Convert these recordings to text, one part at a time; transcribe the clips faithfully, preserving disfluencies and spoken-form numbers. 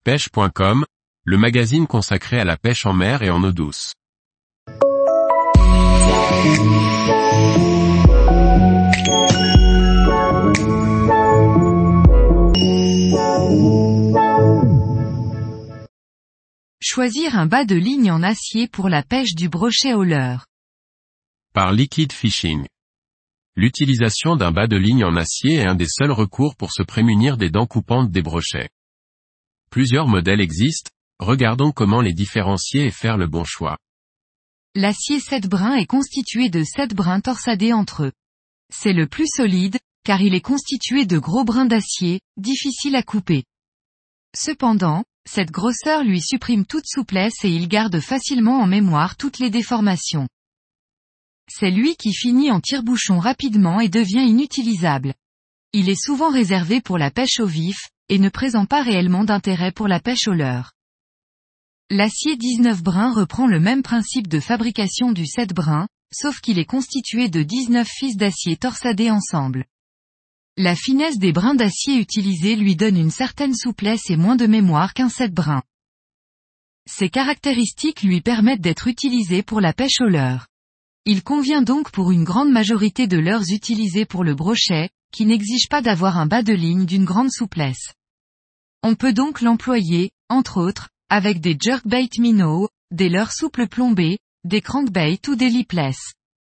pêche point com, le magazine consacré à la pêche en mer et en eau douce. Choisir un bas de ligne en acier pour la pêche du brochet au leurre. Par Liquid Fishing. L'utilisation d'un bas de ligne en acier est un des seuls recours pour se prémunir des dents coupantes des brochets. Plusieurs modèles existent, regardons comment les différencier et faire le bon choix. L'acier sept brins est constitué de sept brins torsadés entre eux. C'est le plus solide, car il est constitué de gros brins d'acier, difficiles à couper. Cependant, cette grosseur lui supprime toute souplesse et il garde facilement en mémoire toutes les déformations. C'est lui qui finit en tire-bouchon rapidement et devient inutilisable. Il est souvent réservé pour la pêche au vif, et ne présente pas réellement d'intérêt pour la pêche au leurre. L'acier dix-neuf brins reprend le même principe de fabrication du sept brins, sauf qu'il est constitué de dix-neuf fils d'acier torsadés ensemble. La finesse des brins d'acier utilisés lui donne une certaine souplesse et moins de mémoire qu'un sept brins. Ces caractéristiques lui permettent d'être utilisé pour la pêche au leurre. Il convient donc pour une grande majorité de leurres utilisés pour le brochet, qui n'exigent pas d'avoir un bas de ligne d'une grande souplesse. On peut donc l'employer, entre autres, avec des jerkbait minnows, des leurres souples plombés, des crankbaits ou des lipless.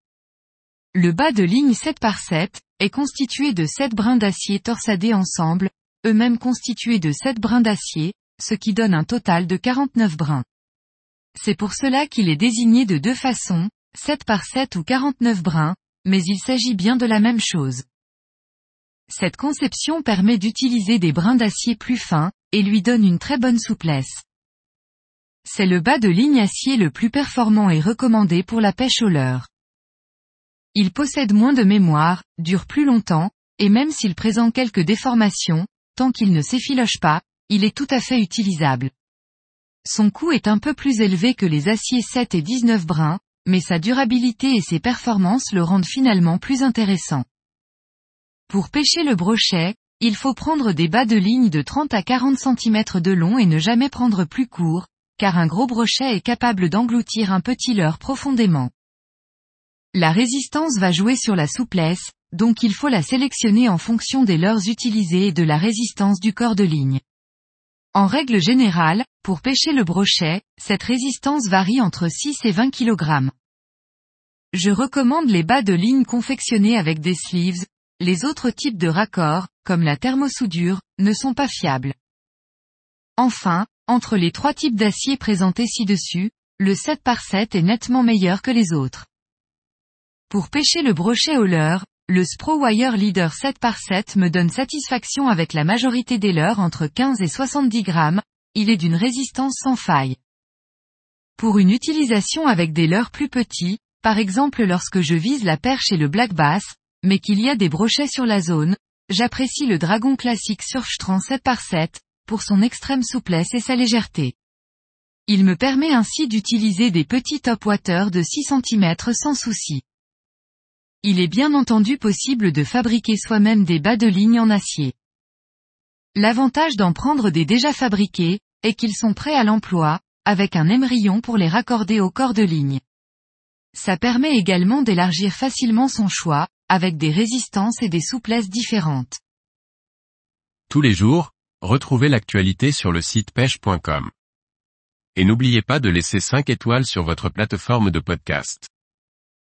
Le bas de ligne sept par sept, est constitué de sept brins d'acier torsadés ensemble, eux-mêmes constitués de sept brins d'acier, ce qui donne un total de quarante-neuf brins. C'est pour cela qu'il est désigné de deux façons, sept par sept ou quarante-neuf brins, mais il s'agit bien de la même chose. Cette conception permet d'utiliser des brins d'acier plus fins, et lui donne une très bonne souplesse. C'est le bas de ligne acier le plus performant et recommandé pour la pêche au leurre. Il possède moins de mémoire, dure plus longtemps, et même s'il présente quelques déformations, tant qu'il ne s'effiloche pas, il est tout à fait utilisable. Son coût est un peu plus élevé que les aciers sept et dix-neuf brins, mais sa durabilité et ses performances le rendent finalement plus intéressant. Pour pêcher le brochet, il faut prendre des bas de ligne de trente à quarante centimètres de long et ne jamais prendre plus court, car un gros brochet est capable d'engloutir un petit leurre profondément. La résistance va jouer sur la souplesse, donc il faut la sélectionner en fonction des leurres utilisées et de la résistance du corps de ligne. En règle générale, pour pêcher le brochet, cette résistance varie entre six et vingt kilogrammes. Je recommande les bas de ligne confectionnés avec des sleeves, les autres types de raccords, comme la thermosoudure, ne sont pas fiables. Enfin, entre les trois types d'acier présentés ci-dessus, le sept par sept est nettement meilleur que les autres. Pour pêcher le brochet au leurre, le Spro-Wire Leader sept par sept me donne satisfaction avec la majorité des leurres entre quinze et soixante-dix grammes, il est d'une résistance sans faille. Pour une utilisation avec des leurres plus petits, par exemple lorsque je vise la perche et le black bass, mais qu'il y a des brochets sur la zone, j'apprécie le Dragon Classic Surfstrand sept par sept, pour son extrême souplesse et sa légèreté. Il me permet ainsi d'utiliser des petits topwater de six centimètres sans souci. Il est bien entendu possible de fabriquer soi-même des bas de ligne en acier. L'avantage d'en prendre des déjà fabriqués, est qu'ils sont prêts à l'emploi, avec un émerillon pour les raccorder au corps de ligne. Ça permet également d'élargir facilement son choix, avec des résistances et des souplesses différentes. Tous les jours, retrouvez l'actualité sur le site pêche point com. Et n'oubliez pas de laisser cinq étoiles sur votre plateforme de podcast.